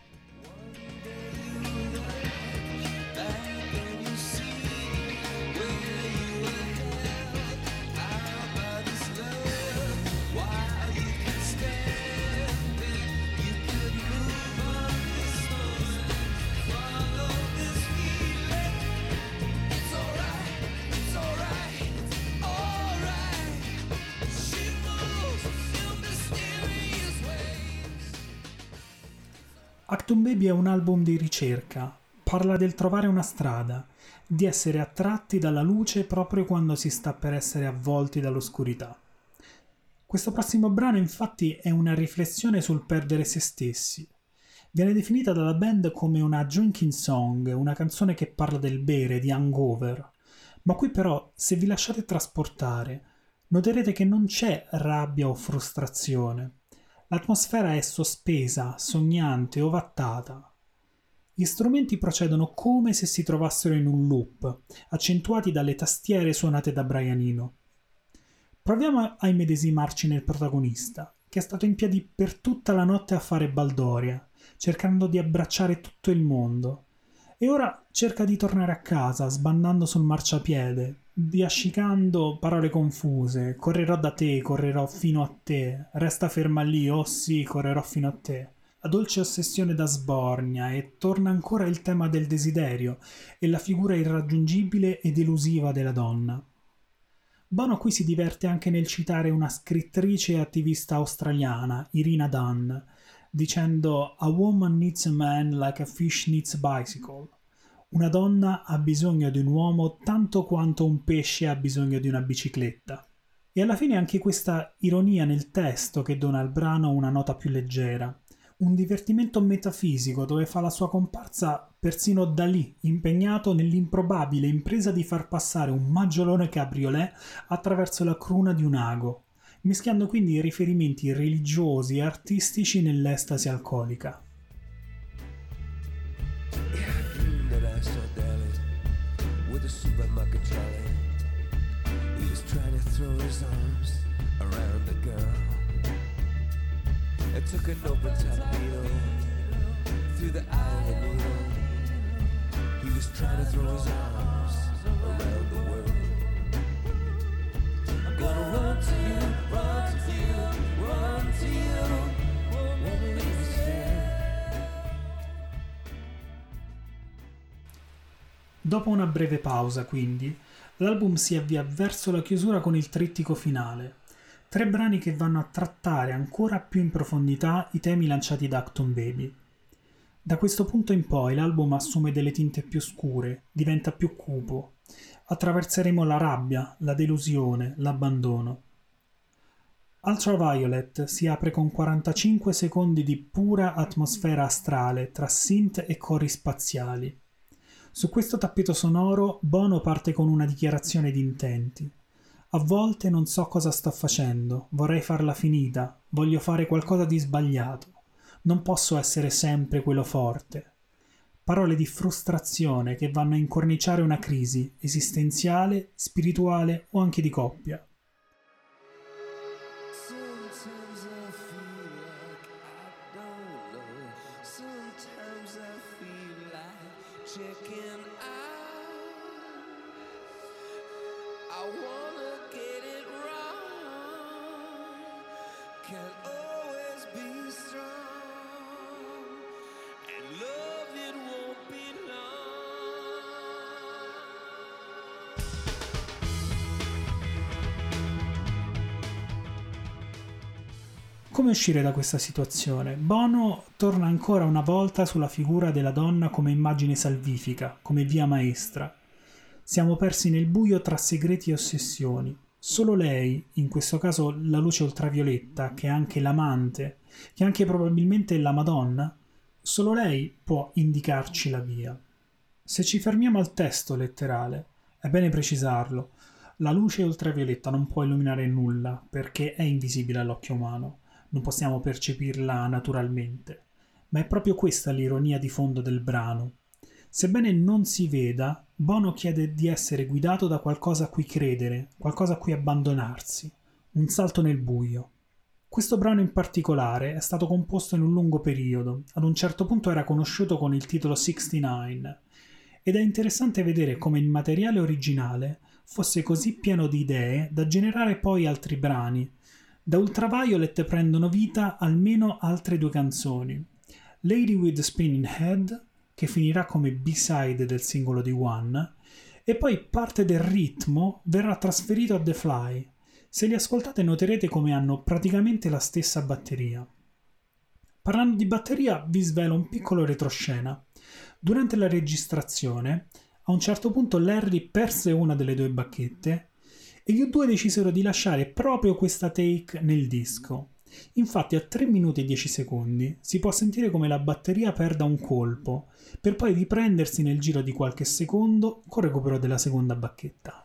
Achtung Baby è un album di ricerca, parla del trovare una strada, di essere attratti dalla luce proprio quando si sta per essere avvolti dall'oscurità. Questo prossimo brano infatti è una riflessione sul perdere se stessi. Viene definita dalla band come una drinking song, una canzone che parla del bere, di hangover. Ma qui però, se vi lasciate trasportare, noterete che non c'è rabbia o frustrazione. L'atmosfera è sospesa, sognante, ovattata. Gli strumenti procedono come se si trovassero in un loop, accentuati dalle tastiere suonate da Brian Eno. Proviamo a immedesimarci nel protagonista, che è stato in piedi per tutta la notte a fare baldoria, cercando di abbracciare tutto il mondo, e ora cerca di tornare a casa, sbandando sul marciapiede, biascicando parole confuse: correrò da te, correrò fino a te, resta ferma lì, oh sì, correrò fino a te. La dolce ossessione da sbornia, e torna ancora il tema del desiderio e la figura irraggiungibile ed elusiva della donna. Bono qui si diverte anche nel citare una scrittrice e attivista australiana, Irina Dunn, dicendo "A woman needs a man like a fish needs a bicycle". Una donna ha bisogno di un uomo tanto quanto un pesce ha bisogno di una bicicletta. E alla fine anche questa ironia nel testo che dona al brano una nota più leggera. Un divertimento metafisico dove fa la sua comparsa persino Dalì, impegnato nell'improbabile impresa di far passare un maggiolone cabriolet attraverso la cruna di un ago, mischiando quindi riferimenti religiosi e artistici nell'estasi alcolica. I took an open top needle through the eye of the needle. He was trying to throw his arms around the world. I'm gonna run to you, run to you, run to you. Won't leave us there. Dopo una breve pausa, quindi, l'album si avvia verso la chiusura con il trittico finale. Tre brani che vanno a trattare ancora più in profondità i temi lanciati da Achtung Baby. Da questo punto in poi l'album assume delle tinte più scure, diventa più cupo. Attraverseremo la rabbia, la delusione, l'abbandono. Ultraviolet si apre con quarantacinque secondi di pura atmosfera astrale tra synth e cori spaziali. Su questo tappeto sonoro Bono parte con una dichiarazione di intenti. A volte non so cosa sto facendo, vorrei farla finita, voglio fare qualcosa di sbagliato. Non posso essere sempre quello forte. Parole di frustrazione che vanno a incorniciare una crisi esistenziale, spirituale o anche di coppia. Come uscire da questa situazione? Bono torna ancora una volta sulla figura della donna come immagine salvifica, come via maestra. Siamo persi nel buio tra segreti e ossessioni. Solo lei, in questo caso la luce ultravioletta, che è anche l'amante, che è anche probabilmente la Madonna, solo lei può indicarci la via. Se ci fermiamo al testo letterale, è bene precisarlo, la luce ultravioletta non può illuminare nulla perché è invisibile all'occhio umano. Non possiamo percepirla naturalmente, ma è proprio questa l'ironia di fondo del brano. Sebbene non si veda, Bono chiede di essere guidato da qualcosa a cui credere, qualcosa a cui abbandonarsi, un salto nel buio. Questo brano in particolare è stato composto in un lungo periodo, ad un certo punto era conosciuto con il titolo sessantanove, ed è interessante vedere come il materiale originale fosse così pieno di idee da generare poi altri brani. Da Ultraviolet prendono vita almeno altre due canzoni. Lady with the Spinning Head, che finirà come B-side del singolo di One, e poi parte del ritmo verrà trasferito a The Fly. Se li ascoltate noterete come hanno praticamente la stessa batteria. Parlando di batteria vi svelo un piccolo retroscena. Durante la registrazione, a un certo punto Larry perse una delle due bacchette e gli U due decisero di lasciare proprio questa take nel disco. Infatti a tre minuti e dieci secondi si può sentire come la batteria perda un colpo, per poi riprendersi nel giro di qualche secondo con recupero della seconda bacchetta.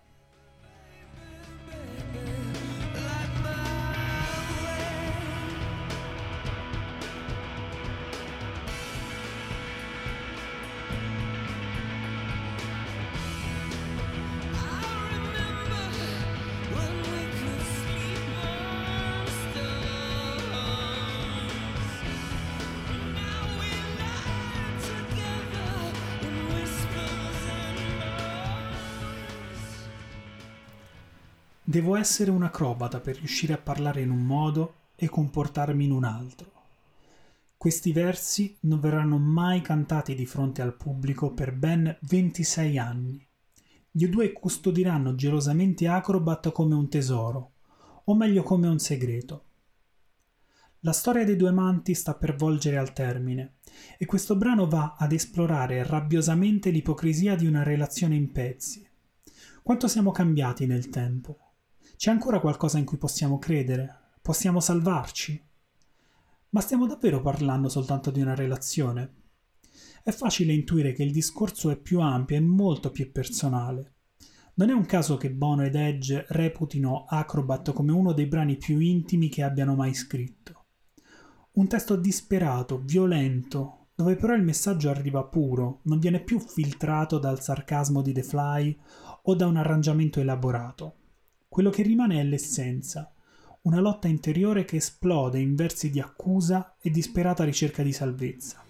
Devo essere un acrobata per riuscire a parlare in un modo e comportarmi in un altro. Questi versi non verranno mai cantati di fronte al pubblico per ben ventisei anni. Gli U due custodiranno gelosamente Acrobat come un tesoro, o meglio come un segreto. La storia dei due amanti sta per volgere al termine e questo brano va ad esplorare rabbiosamente l'ipocrisia di una relazione in pezzi. Quanto siamo cambiati nel tempo? C'è ancora qualcosa in cui possiamo credere? Possiamo salvarci? Ma stiamo davvero parlando soltanto di una relazione? È facile intuire che il discorso è più ampio e molto più personale. Non è un caso che Bono ed Edge reputino Acrobat come uno dei brani più intimi che abbiano mai scritto. Un testo disperato, violento, dove però il messaggio arriva puro, non viene più filtrato dal sarcasmo di The Fly o da un arrangiamento elaborato. Quello che rimane è l'essenza, una lotta interiore che esplode in versi di accusa e disperata ricerca di salvezza.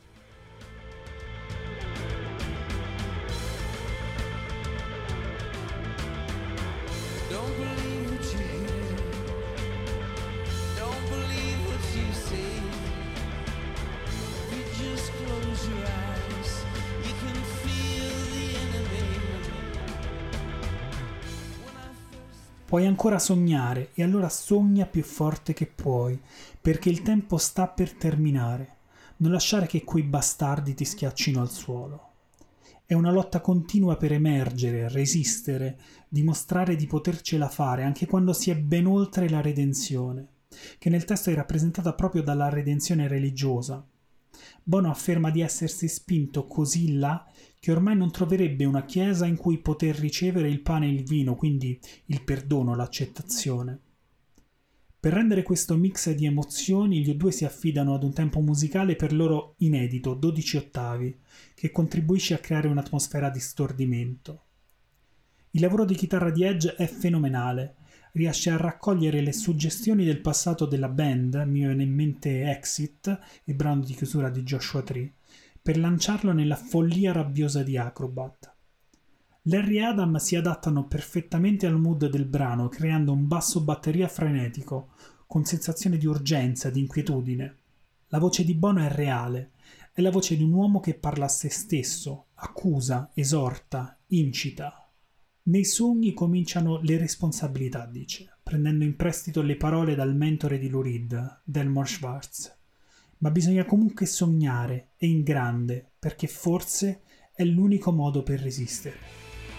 Puoi ancora sognare e allora sogna più forte che puoi, perché il tempo sta per terminare. Non lasciare che quei bastardi ti schiaccino al suolo. È una lotta continua per emergere, resistere, dimostrare di potercela fare anche quando si è ben oltre la redenzione, che nel testo è rappresentata proprio dalla redenzione religiosa. Bono afferma di essersi spinto così là che ormai non troverebbe una chiesa in cui poter ricevere il pane e il vino, quindi il perdono, l'accettazione. Per rendere questo mix di emozioni, gli U due si affidano ad un tempo musicale per loro inedito, dodici ottavi, che contribuisce a creare un'atmosfera di stordimento. Il lavoro di chitarra di Edge è fenomenale, riesce a raccogliere le suggestioni del passato della band, mi viene in mente Exit, il brano di chiusura di Joshua Tree, per lanciarlo nella follia rabbiosa di Acrobat. Larry e Adam si adattano perfettamente al mood del brano, creando un basso batteria frenetico, con sensazione di urgenza, di inquietudine. La voce di Bono è reale, è la voce di un uomo che parla a se stesso, accusa, esorta, incita. Nei sogni cominciano le responsabilità, dice, prendendo in prestito le parole dal mentore di Lou Reed, Delmore Schwartz. Ma bisogna comunque sognare, e in grande, perché forse è l'unico modo per resistere.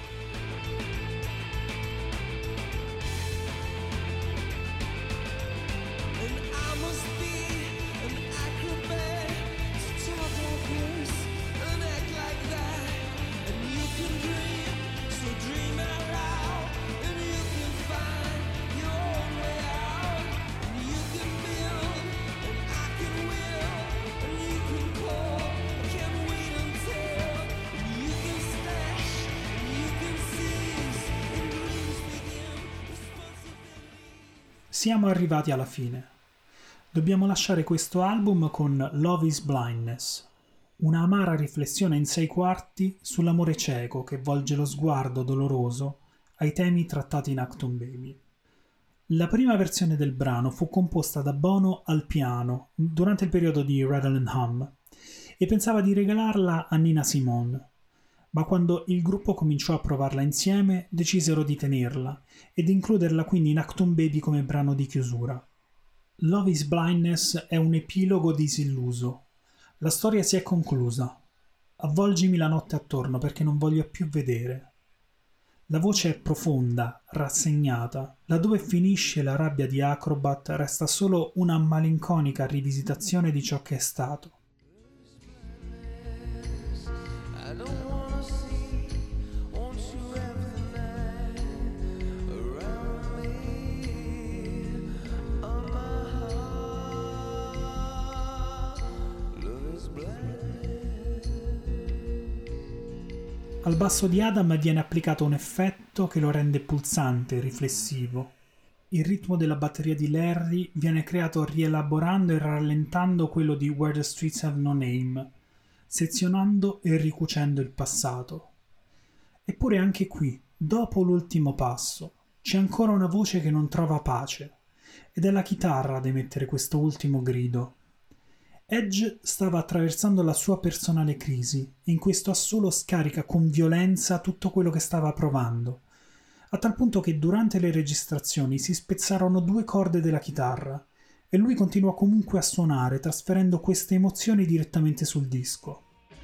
Siamo arrivati alla fine. Dobbiamo lasciare questo album con Love is Blindness, una amara riflessione in sei quarti sull'amore cieco che volge lo sguardo doloroso ai temi trattati in Achtung Baby. La prima versione del brano fu composta da Bono al piano durante il periodo di Rattle and Hum e pensava di regalarla a Nina Simone, ma quando il gruppo cominciò a provarla insieme decisero di tenerla ed includerla quindi in Achtung Baby come brano di chiusura. Love is Blindness è un epilogo disilluso. La storia si è conclusa. Avvolgimi la notte attorno perché non voglio più vedere. La voce è profonda, rassegnata. Laddove finisce la rabbia di Acrobat resta solo una malinconica rivisitazione di ciò che è stato. Al basso di Adam viene applicato un effetto che lo rende pulsante e riflessivo. Il ritmo della batteria di Larry viene creato rielaborando e rallentando quello di Where the Streets Have No Name, sezionando e ricucendo il passato. Eppure anche qui, dopo l'ultimo passo, c'è ancora una voce che non trova pace, ed è la chitarra ad emettere questo ultimo grido. Edge stava attraversando la sua personale crisi e in questo assolo scarica con violenza tutto quello che stava provando, a tal punto che durante le registrazioni si spezzarono due corde della chitarra e lui continua comunque a suonare, trasferendo queste emozioni direttamente sul disco.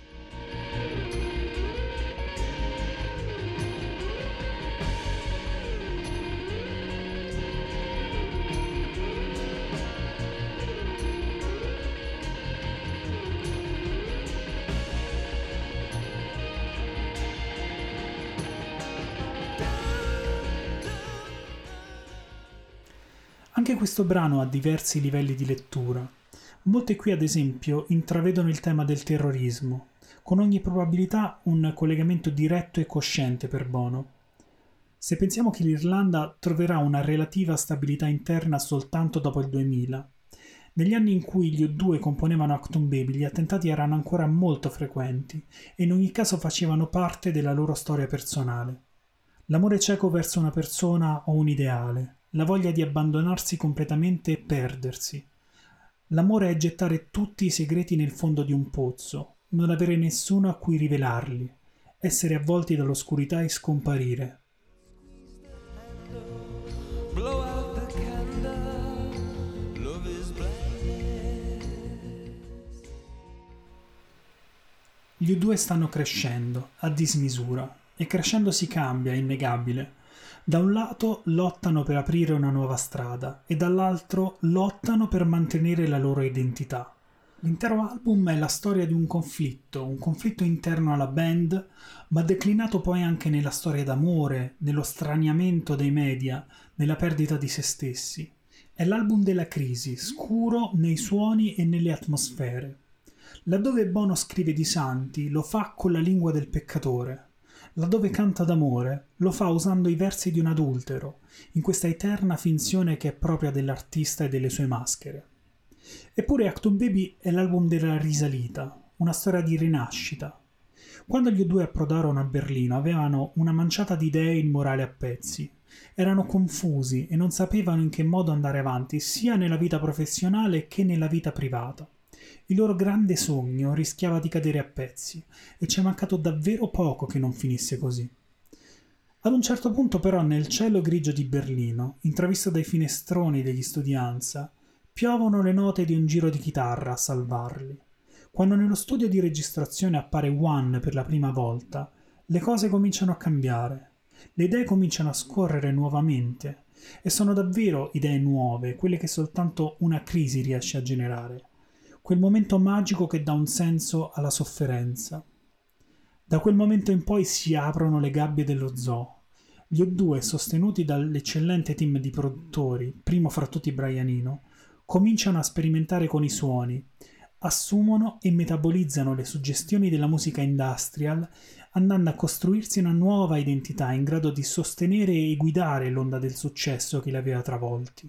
Anche questo brano ha diversi livelli di lettura. Molte qui, ad esempio, intravedono il tema del terrorismo, con ogni probabilità un collegamento diretto e cosciente per Bono. Se pensiamo che l'Irlanda troverà una relativa stabilità interna soltanto dopo il duemila, negli anni in cui gli U due componevano Achtung Baby gli attentati erano ancora molto frequenti e in ogni caso facevano parte della loro storia personale. L'amore cieco verso una persona o un ideale, la voglia di abbandonarsi completamente e perdersi. L'amore è gettare tutti i segreti nel fondo di un pozzo, non avere nessuno a cui rivelarli, essere avvolti dall'oscurità e scomparire. Gli U due stanno crescendo, a dismisura, e crescendo si cambia, è innegabile. Da un lato lottano per aprire una nuova strada e dall'altro lottano per mantenere la loro identità. L'intero album è la storia di un conflitto, un conflitto interno alla band, ma declinato poi anche nella storia d'amore, nello straniamento dei media, nella perdita di se stessi. È l'album della crisi, scuro nei suoni e nelle atmosfere. Laddove Bono scrive di santi, lo fa con la lingua del peccatore. Laddove canta d'amore, lo fa usando i versi di un adultero, in questa eterna finzione che è propria dell'artista e delle sue maschere. Eppure Achtung Baby è l'album della risalita, una storia di rinascita. Quando gli U due approdarono a Berlino avevano una manciata di idee in morale a pezzi. Erano confusi e non sapevano in che modo andare avanti, sia nella vita professionale che nella vita privata. Il loro grande sogno rischiava di cadere a pezzi e ci è mancato davvero poco che non finisse così. Ad un certo punto però nel cielo grigio di Berlino, intravisto dai finestroni degli Studianza, piovono le note di un giro di chitarra a salvarli. Quando nello studio di registrazione appare One per la prima volta, le cose cominciano a cambiare. Le idee cominciano a scorrere nuovamente e sono davvero idee nuove, quelle che soltanto una crisi riesce a generare. Quel momento magico che dà un senso alla sofferenza. Da quel momento in poi si aprono le gabbie dello zoo. Gli U due, sostenuti dall'eccellente team di produttori, primo fra tutti Brian Eno, cominciano a sperimentare con i suoni, assumono e metabolizzano le suggestioni della musica industrial, andando a costruirsi una nuova identità in grado di sostenere e guidare l'onda del successo che li aveva travolti.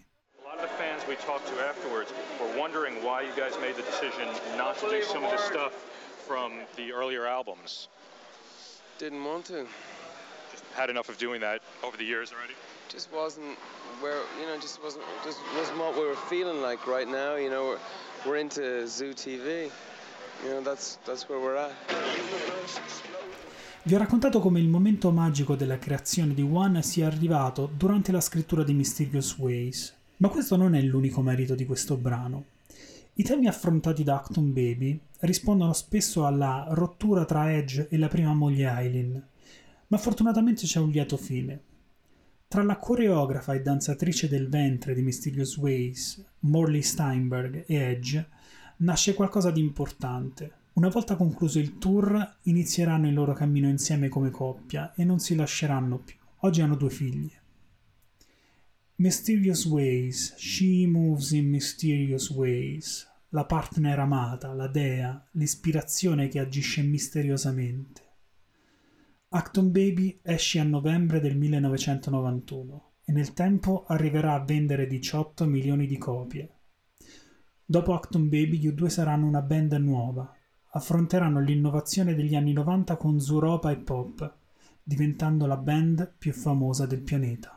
Wondering why you guys made the decision not to do some of the stuff from the earlier albums. Didn't want to. Just had enough of doing that over the years already? Just wasn't where, you know, just wasn't just wasn't what we were feeling like right now. You know, we're, we're into Zoo T V. You know, that's that's where we're at. Vi ho raccontato come il momento magico della creazione di One sia arrivato durante la scrittura di Mysterious Ways. Ma questo non è l'unico merito di questo brano. I temi affrontati da Achtung Baby rispondono spesso alla rottura tra Edge e la prima moglie Eileen, ma fortunatamente c'è un lieto fine. Tra la coreografa e danzatrice del ventre di Mysterious Ways, Morley Steinberg, e Edge, nasce qualcosa di importante. Una volta concluso il tour, inizieranno il loro cammino insieme come coppia e non si lasceranno più. Oggi hanno due figli. Mysterious Ways, she moves in mysterious ways, la partner amata, la dea, l'ispirazione che agisce misteriosamente. Achtung Baby esce a novembre del millenovecentonovantuno e nel tempo arriverà a vendere diciotto milioni di copie. Dopo Achtung Baby gli U due saranno una band nuova, affronteranno l'innovazione degli anni novanta con Zooropa e pop, diventando la band più famosa del pianeta.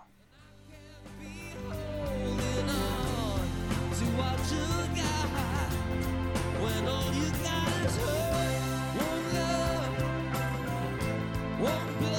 Won't